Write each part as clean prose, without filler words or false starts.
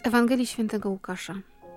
Ewangelii Świętego Łukasza.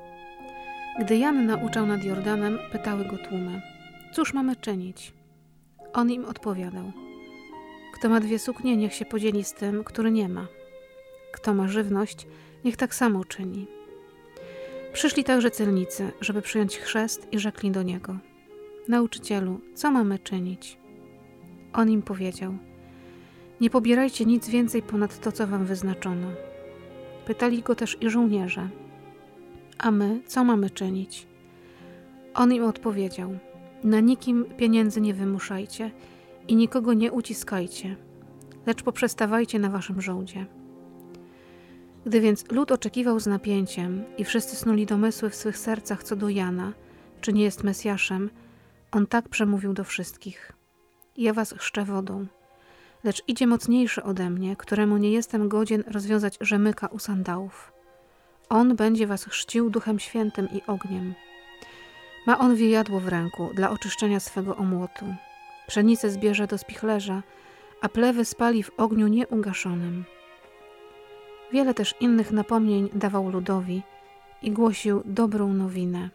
Gdy Jan nauczał nad Jordanem, pytały go tłumy: cóż mamy czynić? On im odpowiadał: kto ma 2 suknie, niech się podzieli z tym, który nie ma. Kto ma żywność, niech tak samo czyni. Przyszli także celnicy, żeby przyjąć chrzest, i rzekli do niego: Nauczycielu, co mamy czynić? On im powiedział: nie pobierajcie nic więcej ponad to, co wam wyznaczono. Pytali go też i żołnierze: a my co mamy czynić? On im odpowiedział: na nikim pieniędzy nie wymuszajcie i nikogo nie uciskajcie, lecz poprzestawajcie na waszym żołdzie. Gdy więc lud oczekiwał z napięciem i wszyscy snuli domysły w swych sercach co do Jana, czy nie jest Mesjaszem, on tak przemówił do wszystkich: ja was chrzczę wodą, lecz idzie mocniejszy ode mnie, któremu nie jestem godzien rozwiązać rzemyka u sandałów. On będzie was chrzcił Duchem Świętym i ogniem. Ma on wiejadło w ręku dla oczyszczenia swego omłotu. Pszenicę zbierze do spichlerza, a plewy spali w ogniu nieugaszonym. Wiele też innych napomnień dawał ludowi i głosił dobrą nowinę.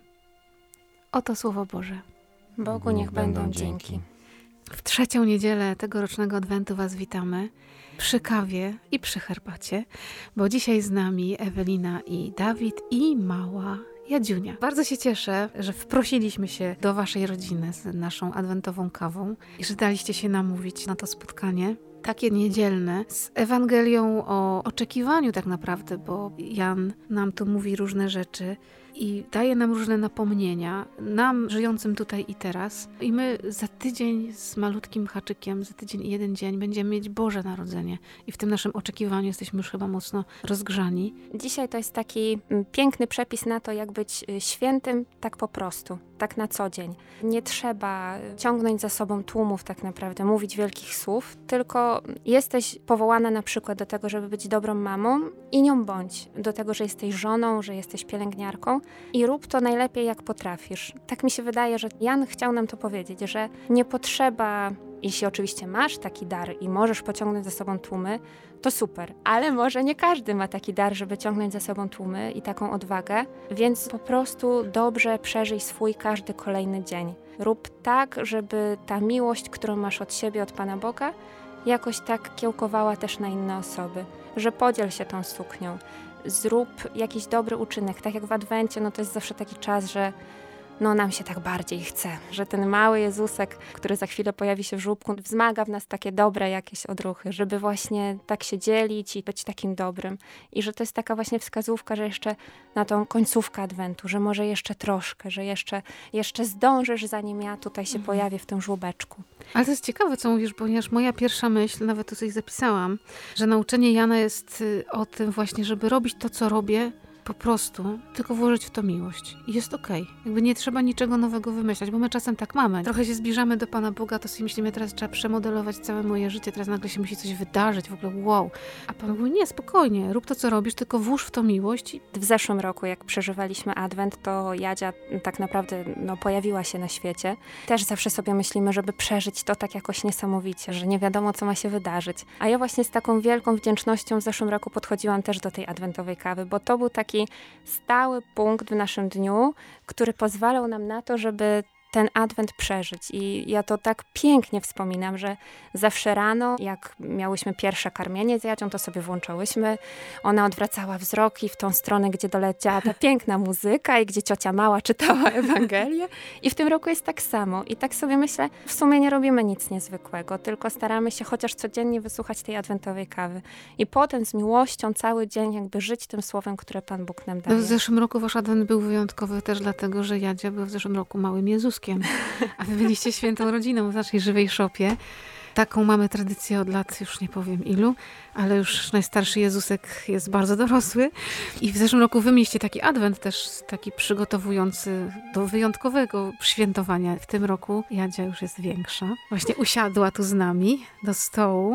Oto Słowo Boże. Bogu niech będą dzięki. W 3. niedzielę tegorocznego Adwentu was witamy przy kawie i przy herbacie, bo dzisiaj z nami Ewelina i Dawid i mała Jadziunia. Bardzo się cieszę, że wprosiliśmy się do waszej rodziny z naszą adwentową kawą i że daliście się namówić na to spotkanie. Takie niedzielne, z Ewangelią o oczekiwaniu tak naprawdę, bo Jan nam tu mówi różne rzeczy i daje nam różne napomnienia, nam żyjącym tutaj i teraz. I my za tydzień z malutkim haczykiem, za tydzień i 1 dzień będziemy mieć Boże Narodzenie. I w tym naszym oczekiwaniu jesteśmy już chyba mocno rozgrzani. Dzisiaj to jest taki piękny przepis na to, jak być świętym tak po prostu, tak na co dzień. Nie trzeba ciągnąć za sobą tłumów tak naprawdę, mówić wielkich słów, tylko jesteś powołana na przykład do tego, żeby być dobrą mamą i nią bądź. Do tego, że jesteś żoną, że jesteś pielęgniarką i rób to najlepiej jak potrafisz. Tak mi się wydaje, że Jan chciał nam to powiedzieć, że nie potrzeba, jeśli oczywiście masz taki dar i możesz pociągnąć za sobą tłumy, to super. Ale może nie każdy ma taki dar, żeby ciągnąć za sobą tłumy i taką odwagę, więc po prostu dobrze przeżyj swój każdy kolejny dzień. Rób tak, żeby ta miłość, którą masz od siebie, od Pana Boga, jakoś tak kiełkowała też na inne osoby. Że podziel się tą suknią. Zrób jakiś dobry uczynek. Tak jak w Adwencie, no to jest zawsze taki czas, że nam się tak bardziej chce, że ten mały Jezusek, który za chwilę pojawi się w żłóbku, wzmaga w nas takie dobre jakieś odruchy, żeby właśnie tak się dzielić i być takim dobrym. I że to jest taka właśnie wskazówka, że jeszcze na tą końcówkę Adwentu, że może jeszcze troszkę, że jeszcze zdążysz, zanim ja tutaj się pojawię w tym żłóbeczku. Ale to jest ciekawe, co mówisz, ponieważ moja pierwsza myśl, nawet tu coś zapisałam, że nauczenie Jana jest o tym właśnie, żeby robić to, co robię, po prostu tylko włożyć w to miłość. I jest okej. Jakby nie trzeba niczego nowego wymyślać, bo my czasem tak mamy. Trochę się zbliżamy do Pana Boga, to sobie myślimy, teraz trzeba przemodelować całe moje życie, teraz nagle się musi coś wydarzyć, w ogóle wow. A Pan mówi: nie, spokojnie, rób to, co robisz, tylko włóż w to miłość. W zeszłym roku, jak przeżywaliśmy Adwent, to Jadzia tak naprawdę pojawiła się na świecie. Też zawsze sobie myślimy, żeby przeżyć to tak jakoś niesamowicie, że nie wiadomo, co ma się wydarzyć. A ja właśnie z taką wielką wdzięcznością w zeszłym roku podchodziłam też do tej adwentowej kawy, bo to był taki stały punkt w naszym dniu, który pozwalał nam na to, żeby ten Adwent przeżyć. I ja to tak pięknie wspominam, że zawsze rano, jak miałyśmy pierwsze karmienie z Jadzią, to sobie włączałyśmy. Ona odwracała wzrok i w tą stronę, gdzie doleciała ta piękna muzyka i gdzie ciocia mała czytała Ewangelię. I w tym roku jest tak samo. I tak sobie myślę, w sumie nie robimy nic niezwykłego, tylko staramy się chociaż codziennie wysłuchać tej adwentowej kawy. I potem z miłością cały dzień jakby żyć tym słowem, które Pan Bóg nam daje. W zeszłym roku wasz Adwent był wyjątkowy też dlatego, że Jadzia była w zeszłym roku małym Jezuskiem. A wy byliście świętą rodziną w naszej żywej szopie. Taką mamy tradycję od lat, już nie powiem ilu, ale już najstarszy Jezusek jest bardzo dorosły. I w zeszłym roku wy mieliście taki adwent też, taki przygotowujący do wyjątkowego świętowania. W tym roku Jadzia już jest większa. Właśnie usiadła tu z nami do stołu.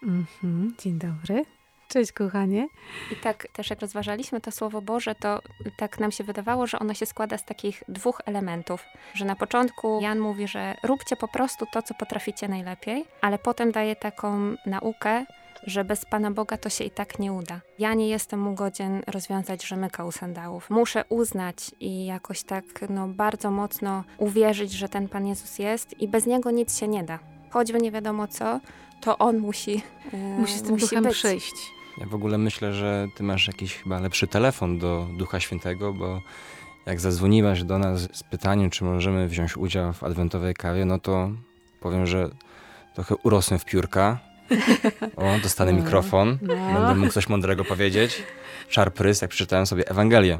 Dzień dobry. Cześć, kochanie. I tak też jak rozważaliśmy to Słowo Boże, to tak nam się wydawało, że ono się składa z takich 2 elementów. Że na początku Jan mówi, że róbcie po prostu to, co potraficie najlepiej, ale potem daje taką naukę, że bez Pana Boga to się i tak nie uda. Ja nie jestem mu godzien rozwiązać rzemyka u sandałów. Muszę uznać i jakoś tak bardzo mocno uwierzyć, że ten Pan Jezus jest i bez Niego nic się nie da. Choćby nie wiadomo co, to On musi z tym duchem być. przyjść. Ja w ogóle myślę, że ty masz jakiś chyba lepszy telefon do Ducha Świętego, bo jak zadzwoniłaś do nas z pytaniem, czy możemy wziąć udział w adwentowej kawie, no to powiem, że trochę urosłem w piórka. O, dostanę mikrofon, będę mógł coś mądrego powiedzieć. Czar prys, jak przeczytałem sobie Ewangelię,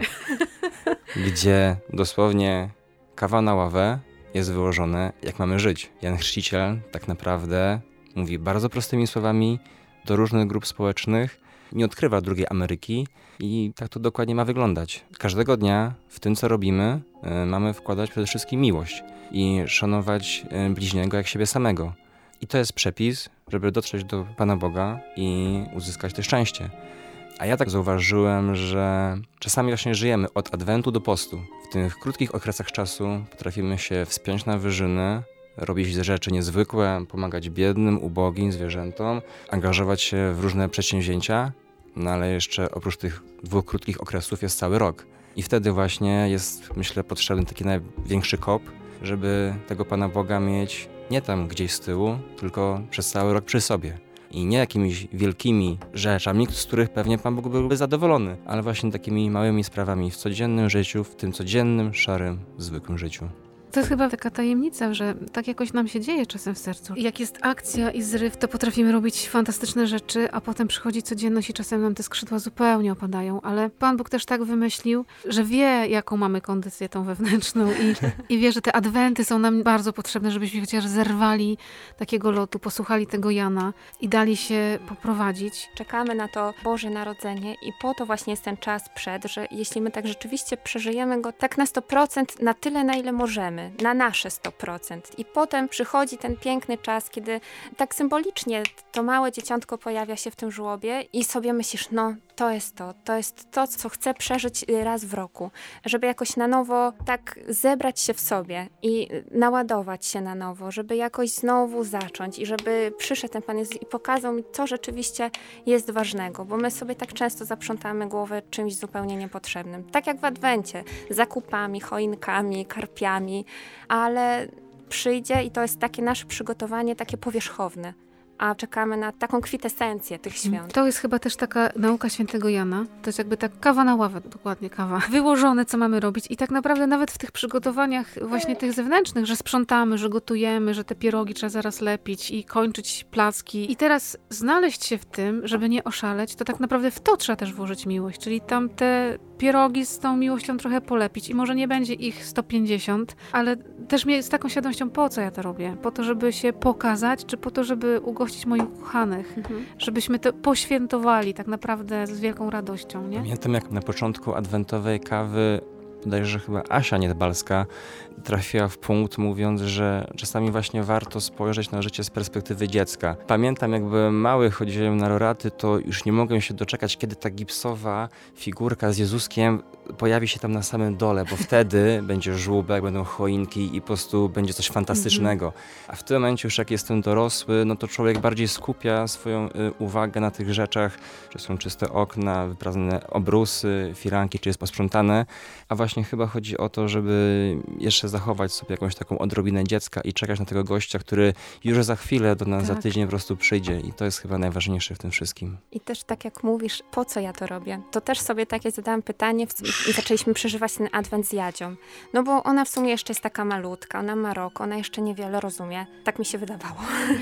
gdzie dosłownie kawa na ławę jest wyłożone, jak mamy żyć. Jan Chrzciciel tak naprawdę mówi bardzo prostymi słowami do różnych grup społecznych, nie odkrywa drugiej Ameryki i tak to dokładnie ma wyglądać. Każdego dnia w tym, co robimy, mamy wkładać przede wszystkim miłość i szanować bliźniego jak siebie samego. I to jest przepis, żeby dotrzeć do Pana Boga i uzyskać to szczęście. A ja tak zauważyłem, że czasami właśnie żyjemy od adwentu do postu. W tych krótkich okresach czasu potrafimy się wspiąć na wyżyny, robić rzeczy niezwykłe, pomagać biednym, ubogim, zwierzętom, angażować się w różne przedsięwzięcia, no ale jeszcze oprócz tych 2 krótkich okresów jest cały rok. I wtedy właśnie jest, myślę, potrzebny taki największy kop, żeby tego Pana Boga mieć nie tam gdzieś z tyłu, tylko przez cały rok przy sobie. I nie jakimiś wielkimi rzeczami, z których pewnie Pan Bóg byłby zadowolony, ale właśnie takimi małymi sprawami w codziennym życiu, w tym codziennym, szarym, zwykłym życiu. To jest chyba taka tajemnica, że tak jakoś nam się dzieje czasem w sercu. Jak jest akcja i zryw, to potrafimy robić fantastyczne rzeczy, a potem przychodzi codzienność i czasem nam te skrzydła zupełnie opadają. Ale Pan Bóg też tak wymyślił, że wie, jaką mamy kondycję tą wewnętrzną i wie, że te adwenty są nam bardzo potrzebne, żebyśmy chociaż zerwali takiego lotu, posłuchali tego Jana i dali się poprowadzić. Czekamy na to Boże Narodzenie i po to właśnie jest ten czas przed, że jeśli my tak rzeczywiście przeżyjemy go tak na 100%, na tyle, na ile możemy, na nasze 100%. I potem przychodzi ten piękny czas, kiedy tak symbolicznie to małe dzieciątko pojawia się w tym żłobie i sobie myślisz, to jest to, co chcę przeżyć raz w roku. Żeby jakoś na nowo tak zebrać się w sobie i naładować się na nowo, żeby jakoś znowu zacząć i żeby przyszedł ten Pan Jezus i pokazał mi, co rzeczywiście jest ważnego, bo my sobie tak często zaprzątamy głowę czymś zupełnie niepotrzebnym. Tak jak w Adwencie, zakupami, choinkami, karpiami, ale przyjdzie i to jest takie nasze przygotowanie, takie powierzchowne. A czekamy na taką kwintesencję tych świąt. To jest chyba też taka nauka świętego Jana. To jest jakby tak kawa na ławę, dokładnie kawa. Wyłożone, co mamy robić i tak naprawdę nawet w tych przygotowaniach właśnie tych zewnętrznych, że sprzątamy, że gotujemy, że te pierogi trzeba zaraz lepić i kończyć placki. I teraz znaleźć się w tym, żeby nie oszaleć, to tak naprawdę w to trzeba też włożyć miłość. Czyli tam te pierogi z tą miłością trochę polepić i może nie będzie ich 150, ale też z taką świadomością, po co ja to robię? Po to, żeby się pokazać, czy po to, żeby ugościć moich ukochanych? Żebyśmy to poświętowali tak naprawdę z wielką radością, nie? Pamiętam, jak na początku adwentowej kawy bodajże chyba Asia Niedbalska trafiła w punkt, mówiąc, że czasami właśnie warto spojrzeć na życie z perspektywy dziecka. Pamiętam, jak byłem mały, chodziłem na roraty, to już nie mogłem się doczekać, kiedy ta gipsowa figurka z Jezuskiem pojawi się tam na samym dole, bo wtedy będzie żłóbek, będą choinki i po prostu będzie coś fantastycznego. A w tym momencie już jak jestem dorosły, no to człowiek bardziej skupia swoją uwagę na tych rzeczach, czy są czyste okna, wypraznone obrusy, firanki, czy jest posprzątane, a właśnie chyba chodzi o to, żeby jeszcze zachować sobie jakąś taką odrobinę dziecka i czekać na tego gościa, który już za chwilę do nas za tydzień po prostu przyjdzie i to jest chyba najważniejsze w tym wszystkim. I też tak jak mówisz, po co ja to robię? To też sobie takie zadałam pytanie i zaczęliśmy przeżywać ten adwent z Jadzią. No bo ona w sumie jeszcze jest taka malutka, ona ma rok, ona jeszcze niewiele rozumie. Tak mi się wydawało.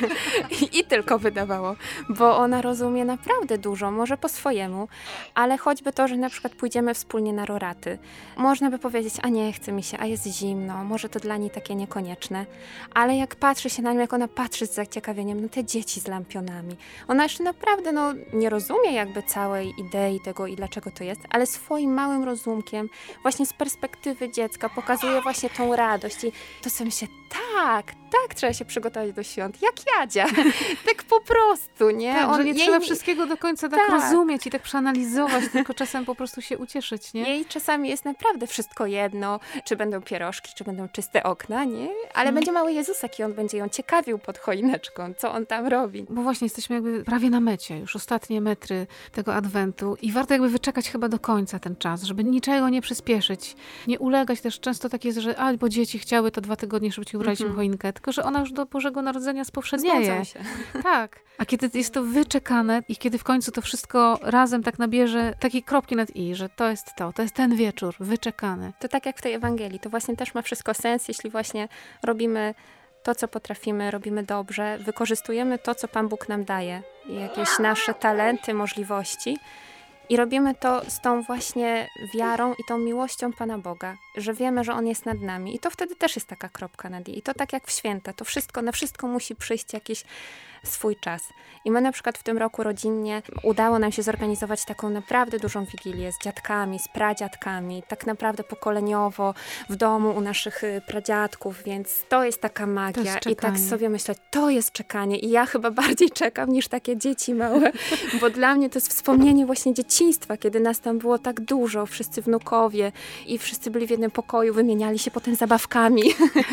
I tylko wydawało, bo ona rozumie naprawdę dużo, może po swojemu, ale choćby to, że na przykład pójdziemy wspólnie na roraty. Można by powiedzieć, a nie chce mi się, a jest zimno, może to dla niej takie niekonieczne. Ale jak patrzy się na nią, jak ona patrzy z zaciekawieniem na te dzieci z lampionami. Ona jeszcze naprawdę nie rozumie jakby całej idei tego i dlaczego to jest, ale swoim małym rozumkiem, właśnie z perspektywy dziecka pokazuje właśnie tą radość. I to sobie myślę, Tak, trzeba się przygotować do świąt. Jak Jadzia. Tak po prostu, nie? Tak, że nie trzeba wszystkiego do końca tak rozumieć i tak przeanalizować, tylko czasem po prostu się ucieszyć, nie? Jej czasami jest naprawdę wszystko jedno, czy będą pierożki, czy będą czyste okna, nie? Ale będzie mały Jezusek i on będzie ją ciekawił pod choineczką, co on tam robi. Bo właśnie jesteśmy jakby prawie na mecie, już ostatnie metry tego adwentu i warto jakby wyczekać chyba do końca ten czas, żeby niczego nie przyspieszyć, nie ulegać też. Często tak jest, że bo dzieci chciały to 2 tygodnie, żeby ci ubraliśmy choinkę, tylko że ona już do Bożego Narodzenia spowszednieje. Zgadzam się. Tak. A kiedy jest to wyczekane i kiedy w końcu to wszystko razem tak nabierze takiej kropki nad i, że to jest ten wieczór wyczekany. To tak jak w tej Ewangelii, to właśnie też ma wszystko sens, jeśli właśnie robimy to, co potrafimy, robimy dobrze, wykorzystujemy to, co Pan Bóg nam daje, jakieś nasze talenty, możliwości i robimy to z tą właśnie wiarą i tą miłością Pana Boga, że wiemy, że On jest nad nami i to wtedy też jest taka kropka nad i. I to tak jak w święta, to wszystko, na wszystko musi przyjść jakiś swój czas. I my na przykład w tym roku rodzinnie udało nam się zorganizować taką naprawdę dużą wigilię z dziadkami, z pradziadkami, tak naprawdę pokoleniowo w domu u naszych pradziadków, więc to jest taka magia. I tak sobie myślę, to jest czekanie i ja chyba bardziej czekam niż takie dzieci małe, bo dla mnie to jest wspomnienie właśnie dzieciństwa, kiedy nas tam było tak dużo, wszyscy wnukowie i wszyscy byli w jednym pokoju, wymieniali się potem zabawkami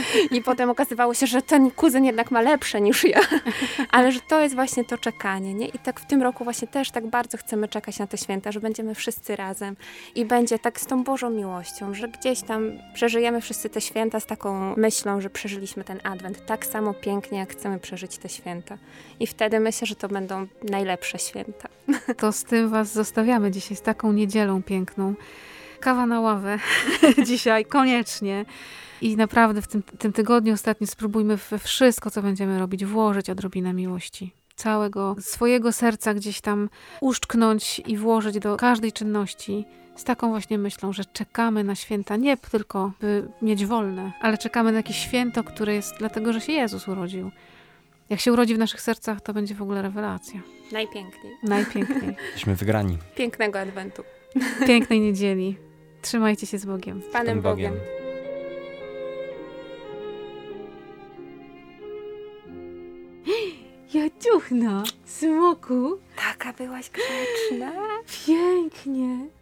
i potem okazywało się, że ten kuzyn jednak ma lepsze niż ja. Ale że to jest właśnie to czekanie, nie? I tak w tym roku właśnie też tak bardzo chcemy czekać na te święta, że będziemy wszyscy razem i będzie tak z tą Bożą miłością, że gdzieś tam przeżyjemy wszyscy te święta z taką myślą, że przeżyliśmy ten adwent tak samo pięknie, jak chcemy przeżyć te święta. I wtedy myślę, że to będą najlepsze święta. To z tym was zostawiamy dzisiaj, z taką niedzielą piękną. Kawa na ławę dzisiaj, koniecznie. I naprawdę w tym tygodniu ostatnio spróbujmy we wszystko, co będziemy robić, włożyć odrobinę miłości. Całego swojego serca gdzieś tam uszczknąć i włożyć do każdej czynności z taką właśnie myślą, że czekamy na święta nie tylko, by mieć wolne, ale czekamy na jakieś święto, które jest dlatego, że się Jezus urodził. Jak się urodzi w naszych sercach, to będzie w ogóle rewelacja. Najpiękniej. Najpiękniej. Jesteśmy wygrani. Pięknego adwentu. Pięknej niedzieli. Trzymajcie się z Bogiem. Z Panem Bogiem. Jadziuchna, smoku. Taka byłaś grzeczna. Pięknie.